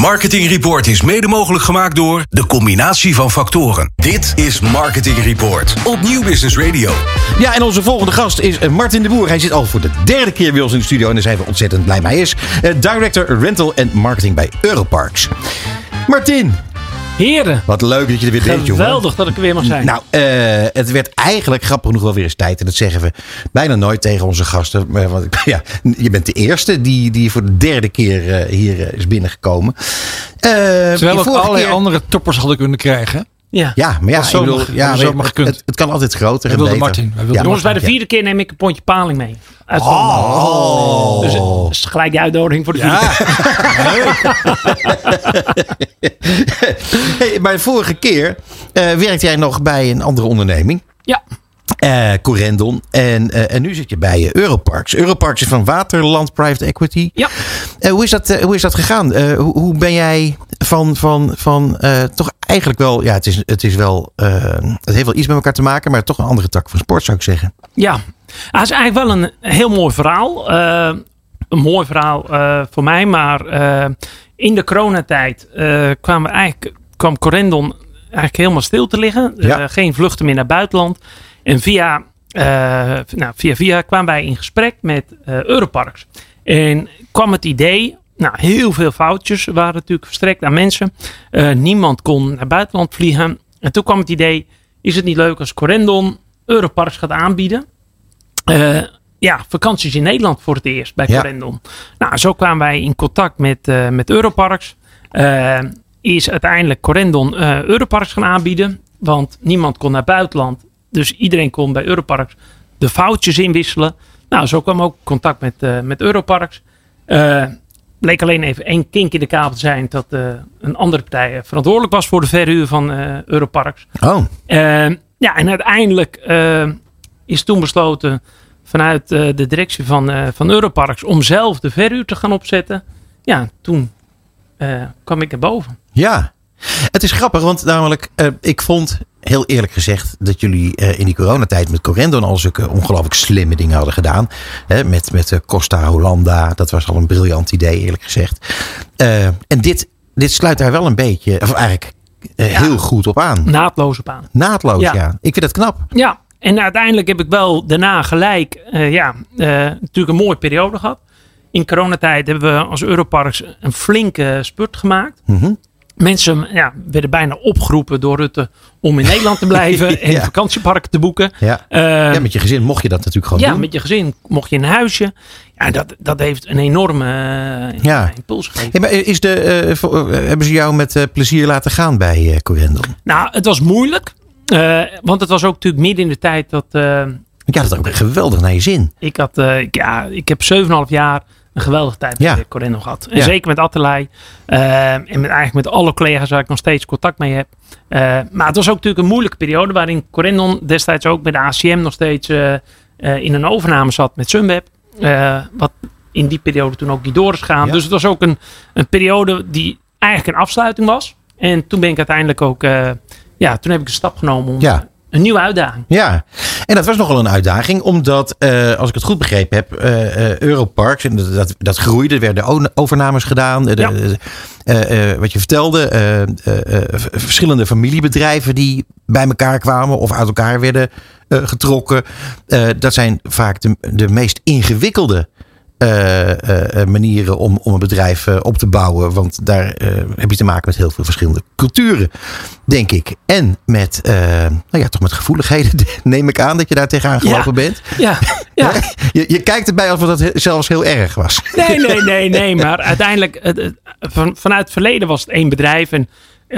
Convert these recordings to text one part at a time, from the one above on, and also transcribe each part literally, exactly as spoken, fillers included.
Marketing Report is mede mogelijk gemaakt door de combinatie van factoren. Dit is Marketing Report op Nieuw Business Radio. Ja, en onze volgende gast is Martin de Boer. Hij zit al voor de derde keer bij ons in de studio en daar zijn we ontzettend blij mee. Hij is uh, Director Rental en Marketing bij Europarks. Martin. Heren. Wat leuk dat je er weer bent, jongen. Geweldig dat ik er weer mag zijn. Nou, uh, het werd eigenlijk grappig genoeg wel weer eens tijd. En dat zeggen we bijna nooit tegen onze gasten. Maar, want, ja, je bent de eerste die, die voor de derde keer uh, hier uh, is binnengekomen. Uh, Terwijl ook allerlei keer... andere toppers hadden kunnen krijgen. Ja, ja maar ja, ik bedoel, mag, ja, zo mag het, het, het kan altijd groter en beter. Martin. Wilde Ja, jongens, bij de vierde keer neem ik een pondje paling mee. Uit oh. Dus dat is gelijk de uitnodiging voor de vierde Ja. keer. Hey, maar de vorige keer uh, werkte jij nog bij een andere onderneming. Ja. Uh, Corendon. En, uh, en nu zit je bij uh, Europarks. Europarks is van Waterland Private Equity. Ja. Uh, hoe, is dat, uh, hoe is dat gegaan? Uh, hoe, hoe ben jij van, van, van uh, toch eigenlijk wel... Ja, het, is, het, is wel, uh, het heeft wel iets met elkaar te maken, maar toch een andere tak van sport zou ik zeggen. Ja. Het is eigenlijk wel een heel mooi verhaal. Uh, een mooi verhaal uh, voor mij. Maar uh, in de coronatijd uh, kwamen we eigenlijk, kwam Corendon eigenlijk helemaal stil te liggen. Ja. Uh, geen vluchten meer naar buitenland. En via, uh, nou, via via kwamen wij in gesprek met uh, Europarks. En kwam het idee, nou heel veel foutjes waren natuurlijk verstrekt aan mensen. Uh, niemand kon naar buitenland vliegen. En toen kwam het idee, is het niet leuk als Corendon Europarks gaat aanbieden? Uh, ja, vakanties in Nederland voor het eerst bij Corendon. Ja. Nou, zo kwamen wij in contact met, uh, met Europarks. Uh, is uiteindelijk Corendon uh, Europarks gaan aanbieden. Want niemand kon naar buitenland. Dus iedereen kon bij Europarks de foutjes inwisselen. Nou, zo kwam ook contact met, uh, met Europarks. Uh, bleek alleen even één kink in de kabel te zijn. Dat uh, een andere partij verantwoordelijk was voor de verhuur van uh, Europarks. Oh. Uh, ja, en uiteindelijk uh, is toen besloten vanuit uh, de directie van, uh, van Europarks om zelf de verhuur te gaan opzetten. Ja, toen uh, kwam ik erboven. Ja, het is grappig, want namelijk, uh, ik vond heel eerlijk gezegd dat jullie uh, in die coronatijd met Corendon al zulke ongelooflijk slimme dingen hadden gedaan. Hè, met met uh, Costa Hollanda, dat was al een briljant idee eerlijk gezegd. Uh, en dit, dit sluit daar wel een beetje, of eigenlijk uh, ja, heel goed op aan. Naadloos op aan. Naadloos, ja. ja. Ik vind dat knap. Ja, en uiteindelijk heb ik wel daarna gelijk, uh, ja, uh, natuurlijk een mooie periode gehad. In coronatijd hebben we als Europarks een flinke spurt gemaakt. Mm-hmm. Mensen ja, werden bijna opgeroepen door Rutte om in Nederland te blijven en ja. vakantieparken te boeken. Ja. Uh, ja, met je gezin mocht je dat natuurlijk gewoon ja, doen. Ja, met je gezin mocht je in een huisje. Ja, dat, dat heeft een enorme uh, ja. impuls gegeven. Ja, maar is de, uh, voor, uh, hebben ze jou met uh, plezier laten gaan bij uh, Corendon? Nou, het was moeilijk. Uh, want het was ook natuurlijk midden in de tijd dat... Uh, ja, dat had ook geweldig naar je zin. Ik, had, uh, ik, ja, ik heb zeven komma vijf jaar... een geweldige tijd bij ja. Corendon gehad. En ja. zeker met Attelij. Uh, en met, eigenlijk met alle collega's waar ik nog steeds contact mee heb. Uh, maar het was ook natuurlijk een moeilijke periode. Waarin Corendon destijds ook bij de A C M nog steeds uh, uh, in een overname zat met Sunweb. Uh, wat in die periode toen ook niet door is gegaan. Ja. Dus het was ook een, een periode die eigenlijk een afsluiting was. En toen ben ik uiteindelijk ook... Uh, ja, toen heb ik een stap genomen om... Ja. Een nieuwe uitdaging. Ja, en dat was nogal een uitdaging. Omdat, uh, als ik het goed begrepen heb, uh, uh, Europarks, dat, dat, dat groeide. Er werden overnames gedaan. De, ja. uh, uh, wat je vertelde, uh, uh, uh, verschillende familiebedrijven die bij elkaar kwamen of uit elkaar werden uh, getrokken. Uh, dat zijn vaak de, de meest ingewikkelde Uh, uh, manieren om, om een bedrijf uh, op te bouwen. Want daar uh, heb je te maken met heel veel verschillende culturen, denk ik. En met, uh, nou ja, toch met gevoeligheden, neem ik aan dat je daar tegenaan gelopen ja. bent. Ja, ja. je, je kijkt erbij alsof dat zelfs heel erg was. Nee, nee, nee, nee. Maar uiteindelijk, het, het, van, vanuit het verleden was het één bedrijf. En uh,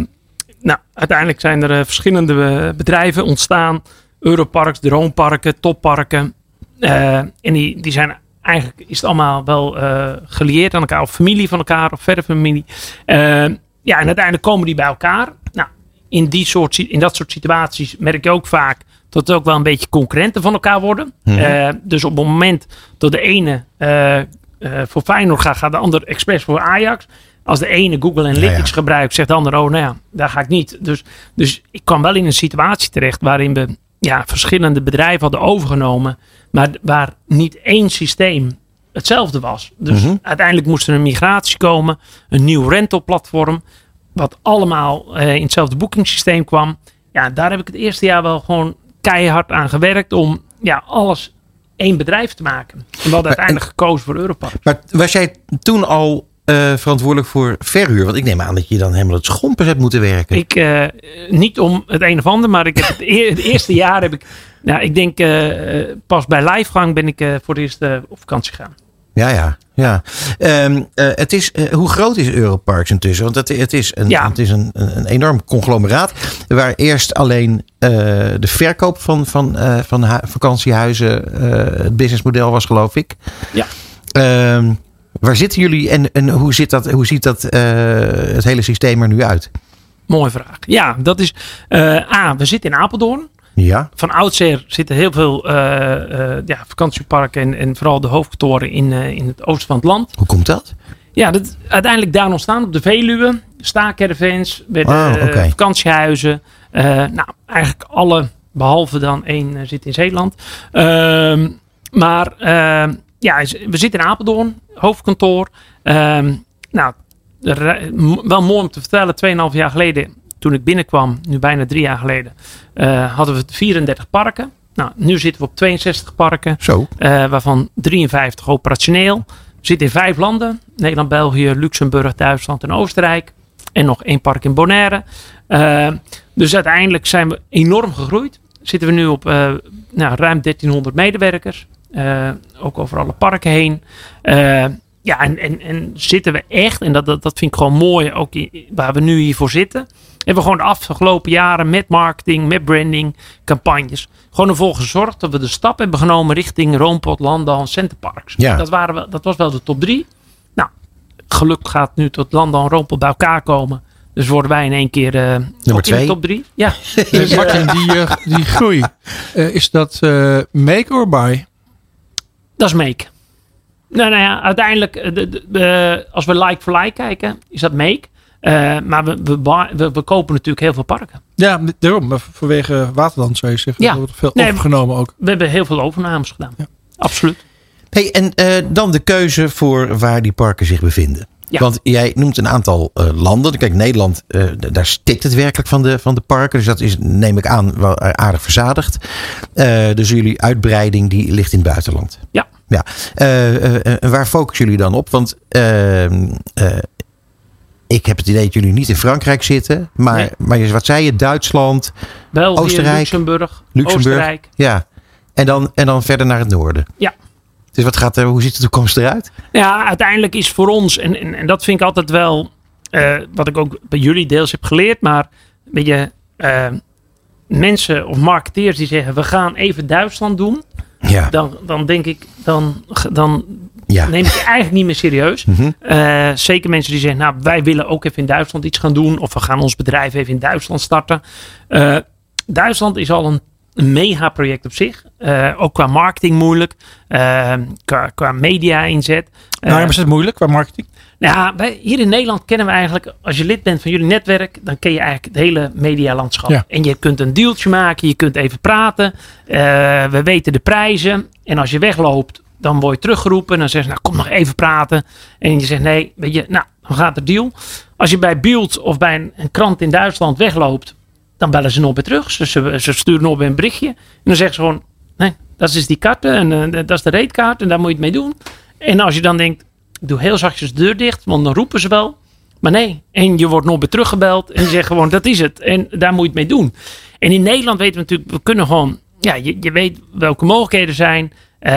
nou, uiteindelijk zijn er uh, verschillende bedrijven ontstaan. Europarks, droomparken, topparken. Uh, en die, die zijn... Eigenlijk is het allemaal wel uh, gelieerd aan elkaar. Of familie van elkaar. Of verder familie. Uh, ja, en uiteindelijk komen die bij elkaar. Nou, in, die soort, in dat soort situaties merk je ook vaak... dat het ook wel een beetje concurrenten van elkaar worden. Mm-hmm. Uh, dus op het moment dat de ene uh, uh, voor Feyenoord gaat... gaat de ander expres voor Ajax. Als de ene Google Analytics ja, ja. gebruikt... zegt de ander, oh nou ja, daar ga ik niet. Dus, dus ik kwam wel in een situatie terecht... waarin we ja, verschillende bedrijven hadden overgenomen... maar waar niet één systeem hetzelfde was. Dus Mm-hmm. uiteindelijk moest er een migratie komen. Een nieuw rentalplatform. Wat allemaal uh, in hetzelfde boekingssysteem kwam. Ja, daar heb ik het eerste jaar wel gewoon keihard aan gewerkt. Om ja, alles één bedrijf te maken. En we hadden uiteindelijk en, gekozen voor Europarks. Maar was jij toen al uh, verantwoordelijk voor verhuur? Want ik neem aan dat je dan helemaal het schompers hebt moeten werken. Ik, uh, niet om het een of ander. Maar ik heb het, e- het eerste jaar heb ik... Nou, ik denk uh, pas bij lijfgang ben ik uh, voor de eerste op vakantie gegaan. Ja, ja, ja. Um, uh, het is, uh, hoe groot is Europarks intussen? Want het, het is, een, ja. het is een, een enorm conglomeraat. Waar eerst alleen uh, de verkoop van, van, uh, van hu- vakantiehuizen uh, het businessmodel was, geloof ik. Ja. Um, waar zitten jullie en, en hoe, zit dat, hoe ziet dat, uh, het hele systeem er nu uit? Mooie vraag. Ja, dat is... Uh, A, we zitten in Apeldoorn. Ja. Van oudsher zitten heel veel uh, uh, ja, vakantieparken en, en vooral de hoofdkantoren in, uh, in het oosten van het land. Hoe komt dat? Ja, dat uiteindelijk daar ontstaan op de Veluwe. Staakervens, bij de oh, okay. uh, vakantiehuizen. Uh, nou, eigenlijk alle, behalve dan één, uh, zit in Zeeland. Uh, maar uh, ja, we zitten in Apeldoorn, hoofdkantoor. Uh, nou, de, wel mooi om te vertellen, tweeënhalf jaar geleden... Toen ik binnenkwam, nu bijna drie jaar geleden, uh, hadden we vierendertig parken. Nou, nu zitten we op tweeënzestig parken, Zo. Uh, waarvan drieënvijftig operationeel. We zitten in vijf landen, Nederland, België, Luxemburg, Duitsland en Oostenrijk. En nog één park in Bonaire. Uh, dus uiteindelijk zijn we enorm gegroeid. Zitten we nu op uh, nou, ruim dertienhonderd medewerkers. Uh, ook over alle parken heen. Uh, ja, en, en, en zitten we echt, en dat, dat, dat vind ik gewoon mooi, ook in, waar we nu hiervoor zitten... Hebben we gewoon de afgelopen jaren met marketing, met branding, campagnes... gewoon ervoor gezorgd dat we de stap hebben genomen richting Roompot, Landal en Centerparks. Ja. Dat, waren we, dat was wel de top drie. Nou, geluk gaat nu tot Landal en Roompot bij elkaar komen. Dus worden wij in één keer uh, Nummer twee. in de top drie. Ja. Dus, Martin, die, uh, die groei, uh, is dat uh, make or buy? Dat is make. Nou, nou ja, uiteindelijk, de, de, de, als we like for like kijken, is dat make... Uh, maar we, we, we, we kopen natuurlijk heel veel parken. Ja, daarom. Maar vanwege Waterland zou je zeggen. Ja. Er wordt veel nee, overgenomen ook. We hebben heel veel overnames gedaan. Ja. Absoluut. Hey, en uh, dan de keuze voor waar die parken zich bevinden. Ja. Want jij noemt een aantal uh, landen. Kijk, Nederland, uh, daar stikt het werkelijk van de, van de parken. Dus dat is, neem ik aan, wel aardig verzadigd. Uh, dus jullie uitbreiding die ligt in het buitenland. Ja. ja. Uh, uh, uh, waar focussen jullie dan op? Want... Uh, uh, Ik heb het idee dat jullie niet in Frankrijk zitten. Maar, nee. maar wat zei je? Duitsland, België, Oostenrijk, Luxemburg, Luxemburg, Oostenrijk. Ja. En dan, en dan verder naar het noorden. Ja. Dus wat gaat er, hoe ziet de toekomst eruit? Ja, uiteindelijk is voor ons, en, en, en dat vind ik altijd wel, uh, wat ik ook bij jullie deels heb geleerd. Maar weet je, uh, mensen of marketeers die zeggen, we gaan even Duitsland doen. Ja. Dan, dan denk ik, dan... dan Ja. neem ik je eigenlijk niet meer serieus. Mm-hmm. Uh, zeker mensen die zeggen, nou, wij willen ook even in Duitsland iets gaan doen. Of we gaan ons bedrijf even in Duitsland starten. Uh, Duitsland is al een, een mega project op zich. Uh, ook qua marketing moeilijk. Uh, qua, qua media inzet. Uh, Waarom is het moeilijk qua marketing? Nou, wij, hier in Nederland kennen we eigenlijk, als je lid bent van jullie netwerk, dan ken je eigenlijk het hele medialandschap. Ja. En je kunt een dealtje maken, je kunt even praten. Uh, we weten de prijzen. En als je wegloopt, dan word je teruggeroepen. En dan zeggen ze, nou, kom nog even praten. En je zegt, nee, weet je, nou, dan gaat de deal. Als je bij Bild of bij een, een krant in Duitsland wegloopt, dan bellen ze nog weer terug. Ze, ze, ze sturen nog weer een berichtje. En dan zeggen ze gewoon, nee, dat is die kaart. En uh, dat is de reetkaart. En daar moet je het mee doen. En als je dan denkt, doe heel zachtjes de deur dicht, want dan roepen ze wel. Maar nee, en je wordt nog weer teruggebeld. En die zeggen gewoon, dat is het. En daar moet je het mee doen. En in Nederland weten we natuurlijk, we kunnen gewoon, ja, je, je weet welke mogelijkheden zijn. Uh,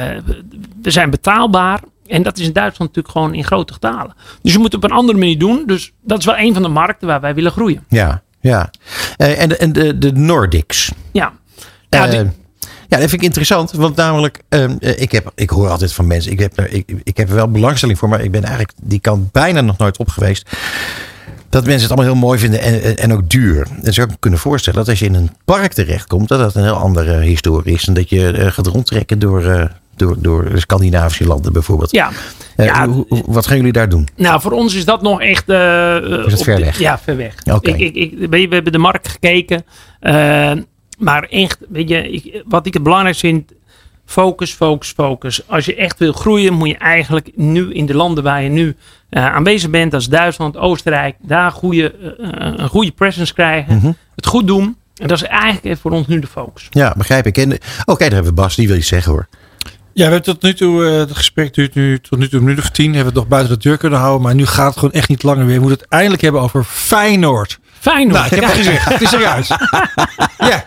we zijn betaalbaar. En dat is in Duitsland natuurlijk gewoon in grote getalen. Dus je moet het op een andere manier doen. Dus dat is wel een van de markten waar wij willen groeien. Ja, ja. Uh, en de, en de, de Nordics. Ja. Ja, die, uh, ja, dat vind ik interessant. Want namelijk, uh, ik, heb, ik hoor altijd van mensen. Ik heb, ik, ik heb er wel belangstelling voor. Maar ik ben eigenlijk die kant bijna nog nooit op geweest. Dat mensen het allemaal heel mooi vinden en, en ook duur. En zou ik me kunnen voorstellen dat als je in een park terechtkomt, dat dat een heel andere historie is. En dat je uh, gaat rondtrekken door, uh, door, door de Scandinavische landen bijvoorbeeld. Ja. Uh, ja. Hoe, hoe, wat gaan jullie daar doen? Nou, voor ons is dat nog echt... Uh, is het ver weg? De, ja, ver weg. Okay. Ik, ik, ik, we hebben de markt gekeken. Uh, maar echt, weet je, ik, wat ik het belangrijk vind, Focus, focus, focus. Als je echt wil groeien, moet je eigenlijk nu in de landen waar je nu uh, aanwezig bent, dat is Duitsland, Oostenrijk, daar goede, uh, een goede presence krijgen. Mm-hmm. Het goed doen. En dat is eigenlijk voor ons nu de focus. Ja, begrijp ik. Oké, okay, daar hebben we Bas, die wil je zeggen hoor. Ja, we hebben tot nu toe, uh, het gesprek duurt nu tot nu toe een minuut of tien. Hebben we het nog buiten de deur kunnen houden. Maar nu gaat het gewoon echt niet langer weer. We moeten het eindelijk hebben over Feyenoord. Feyenoord. Nou, ik heb het gezegd. Het is eruit. Ja.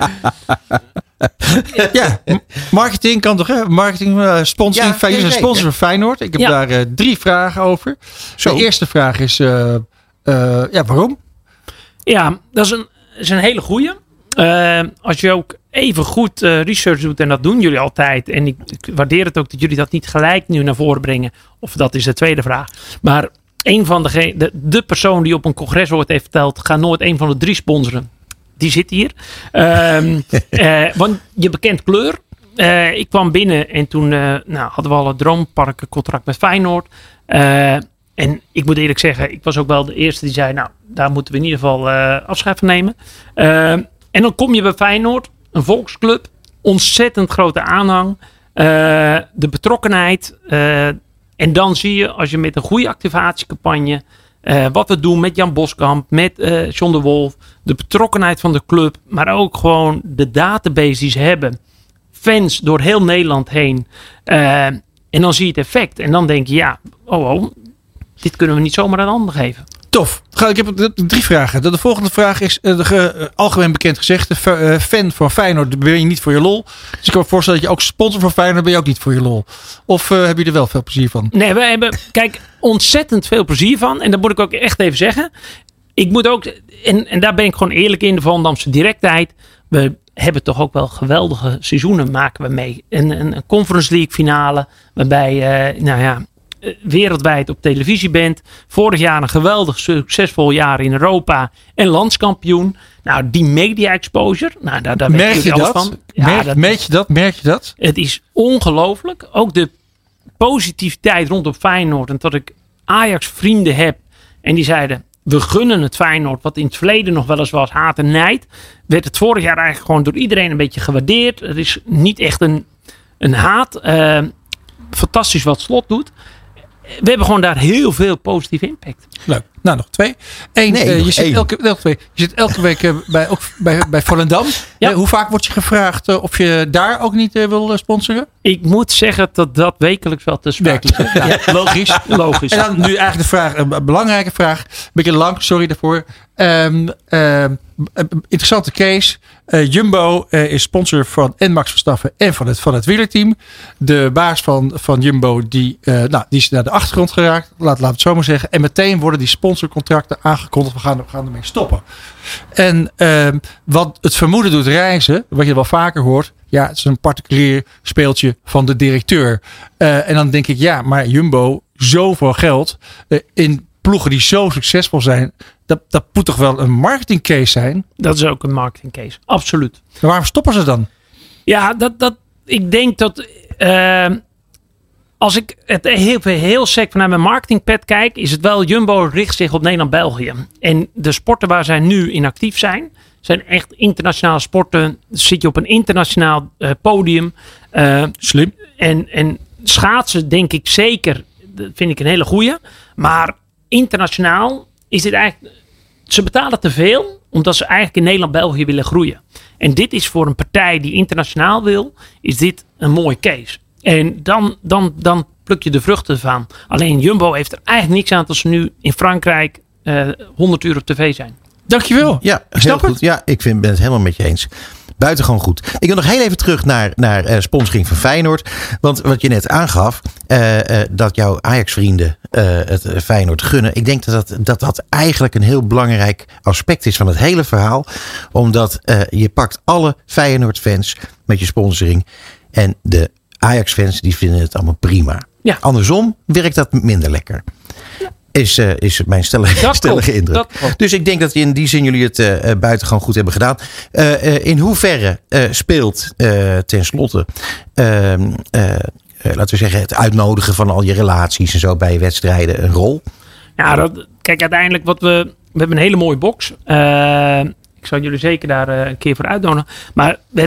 Ja, marketing kan toch, hè? Marketing, uh, sponsoring. Ja, Feyenoord is een sponsor van Feyenoord. Ik heb ja. daar uh, drie vragen over. Zo. De eerste vraag is, uh, uh, ja, waarom? Ja, dat is een, is een hele goeie. Uh, als je ook even goed uh, research doet, en dat doen jullie altijd. En ik, ik waardeer het ook dat jullie dat niet gelijk nu naar voren brengen. Of dat is de tweede vraag. Maar een van de, de, de persoon die op een congres ooit heeft verteld, ga nooit een van de drie sponsoren. Die zit hier. Um, uh, want je bekent kleur. Uh, ik kwam binnen en toen uh, nou, hadden we al het droomparkencontract met Feyenoord. Uh, en ik moet eerlijk zeggen, ik was ook wel de eerste die zei, nou, daar moeten we in ieder geval uh, afscheid van nemen. Uh, en dan kom je bij Feyenoord, een volksclub, ontzettend grote aanhang, uh, de betrokkenheid. Uh, en dan zie je, als je met een goede activatiecampagne, uh, wat we doen met Jan Boskamp, met uh, John de Wolf, de betrokkenheid van de club, maar ook gewoon de database die ze hebben. Fans door heel Nederland heen. Uh, en dan zie je het effect. En dan denk je, ja, oh, oh dit kunnen we niet zomaar aan de ander geven. Tof. Ik heb drie vragen. De volgende vraag is, de, algemeen bekend gezegd, de fan van Feyenoord ben je niet voor je lol. Dus ik kan me voorstellen dat je ook sponsor van Feyenoord ben je ook niet voor je lol. Of uh, heb je er wel veel plezier van? Nee, we hebben, kijk, ontzettend veel plezier van. En dat moet ik ook echt even zeggen. Ik moet ook, en, en daar ben ik gewoon eerlijk in, de Volendamse directheid. We hebben toch ook wel geweldige seizoenen maken we mee. Een, een, een Conference League finale, waarbij, uh, nou ja, wereldwijd op televisie bent. Vorig jaar een geweldig succesvol jaar in Europa en landskampioen. Nou, die media exposure, nou, daar, daar merk je alles van. Ja, merk, dat merk je dat? Merk je dat? Het is ongelooflijk. Ook de positiviteit rondom Feyenoord. En dat ik Ajax vrienden heb en die zeiden, we gunnen het Feyenoord, wat in het verleden nog wel eens was haat en nijd, werd het vorig jaar eigenlijk gewoon door iedereen een beetje gewaardeerd. Er is niet echt een, een haat. Uh, fantastisch wat Slot doet. We hebben gewoon daar heel veel positieve impact. Leuk. Nou, nog twee. Eén, nee, uh, je, zit elke, elke twee, je zit elke week uh, bij, ook bij, bij Volendam. Ja. Uh, hoe vaak wordt je gevraagd uh, of je daar ook niet uh, wil uh, sponsoren? Ik moet zeggen dat dat wekelijks wel te sprake is. Ja, ja, logisch. logisch. En dan nu eigenlijk de vraag, een belangrijke vraag. Een beetje lang, sorry daarvoor. Um, um, interessante case. Uh, Jumbo uh, is sponsor van en Max Verstappen en van het, van het wielerteam. De baas van, van Jumbo die, uh, nou, die is naar de achtergrond geraakt. Laat, laat het zo maar zeggen. En meteen worden die sponsorcontracten aangekondigd. We gaan, we gaan ermee stoppen. En uh, wat het vermoeden doet reizen, wat je wel vaker hoort. Ja, het is een particulier speeltje van de directeur. Uh, en dan denk ik, ja, maar Jumbo, zoveel geld uh, in ploegen die zo succesvol zijn. Dat, dat moet toch wel een marketingcase zijn? Dat is ook een marketingcase, absoluut. Maar waarom stoppen ze dan? Ja, dat, dat, ik denk dat uh, als ik het heel, heel sec vanuit mijn marketingpad kijk, is het wel, Jumbo richt zich op Nederland-België. En de sporten waar zij nu in actief zijn, zijn echt internationale sporten. Dan zit je op een internationaal uh, podium. Uh, Slim. En, en schaatsen denk ik zeker, dat vind ik een hele goeie. Maar internationaal is dit eigenlijk, ze betalen te veel omdat ze eigenlijk in Nederland-België willen groeien. En dit is voor een partij die internationaal wil, is dit een mooie case. En dan, dan, dan pluk je de vruchten van. Alleen Jumbo heeft er eigenlijk niks aan dat ze nu in Frankrijk uh, honderd uur op tv zijn. Dankjewel. Ja, heel goed. Ja, ik vind, ben het helemaal met je eens. Buitengewoon goed. Ik wil nog heel even terug naar, naar uh, sponsoring van Feyenoord. Want wat je net aangaf, uh, uh, dat jouw Ajax-vrienden uh, het uh, Feyenoord gunnen. Ik denk dat dat, dat dat eigenlijk een heel belangrijk aspect is van het hele verhaal. Omdat uh, je pakt alle Feyenoord-fans met je sponsoring. En de Ajax-fans die vinden het allemaal prima. Ja. Andersom werkt dat minder lekker. Ja. Is, uh, is mijn stellige, stellige indruk. Dus ik denk dat in die zin jullie het uh, buitengewoon goed hebben gedaan. Uh, uh, in hoeverre uh, speelt uh, tenslotte uh, uh, uh, laten we zeggen het uitnodigen van al je relaties en zo bij wedstrijden een rol? Ja, dat, kijk, uiteindelijk wat we we hebben een hele mooie box. Uh, ik zal jullie zeker daar uh, een keer voor uitnodigen. Maar we hebben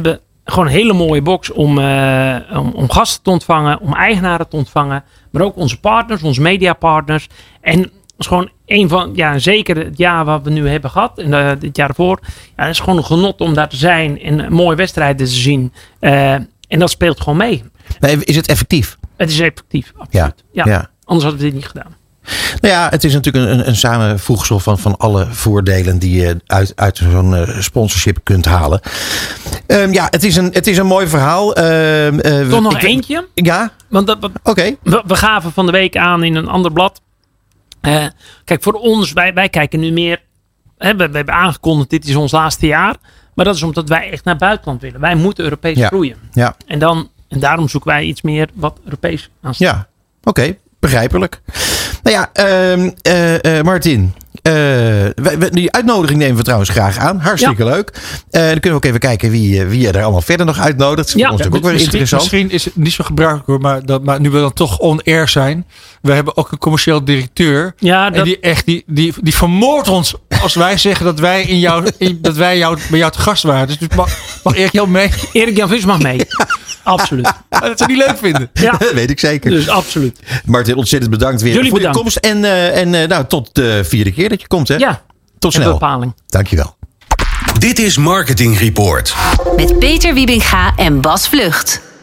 gewoon een hele mooie box om, uh, om, om gasten te ontvangen, om eigenaren te ontvangen. Maar ook onze partners, onze mediapartners. En dat is gewoon een van, ja, zeker het jaar wat we nu hebben gehad. En uh, dit jaar ervoor. Ja, het is gewoon een genot om daar te zijn en mooie wedstrijden te zien. Uh, en dat speelt gewoon mee. Nee, is het effectief? Het is effectief, absoluut. Ja, ja. Ja. Anders hadden we dit niet gedaan. Nou ja, het is natuurlijk een, een samenvoegsel van, van alle voordelen die je uit, uit zo'n uh, sponsorship kunt halen. Um, ja, het is, een, het is een mooi verhaal. Uh, uh, Toch nog ik, eentje? Ja. Want dat, dat, okay. we, we gaven van de week aan in een ander blad. Uh, kijk, voor ons, wij, wij kijken nu meer. Hè, we, we hebben aangekondigd, dit is ons laatste jaar. Maar dat is omdat wij echt naar het buitenland willen. Wij moeten Europees ja. groeien. Ja. En, dan, en daarom zoeken wij iets meer wat Europees aanstaat. Ja, oké. Okay. Begrijpelijk. Nou ja, uh, uh, uh, Martin. Uh, wij, wij, die uitnodiging nemen we trouwens graag aan. Hartstikke ja. leuk. Uh, dan kunnen we ook even kijken wie, wie je er allemaal verder nog uitnodigt. Dat is ja. ons ja, ook weer interessant. Misschien is het niet zo gebruikelijk hoor, maar, dat, maar nu we dan toch on-air zijn. We hebben ook een commercieel directeur. Ja, dat... En die, echt, die, die, die vermoordt ons als wij zeggen dat wij, in jou, in, dat wij jou, bij jou te gast waren. Dus mag, mag Erik Jan mee? Erik Jan Vis mag mee. Ja. Absoluut. Dat zou niet leuk vinden. Ja. Dat weet ik zeker. Dus absoluut. Martin, ontzettend bedankt weer Jullie voor bedankt. je komst. En, uh, en uh, nou, tot de vierde keer dat je komt. Hè? Ja. Tot snel. Bepaling. Dankjewel. Dit is Marketing Report. Met Peter Wiebinga en Bas Vlucht.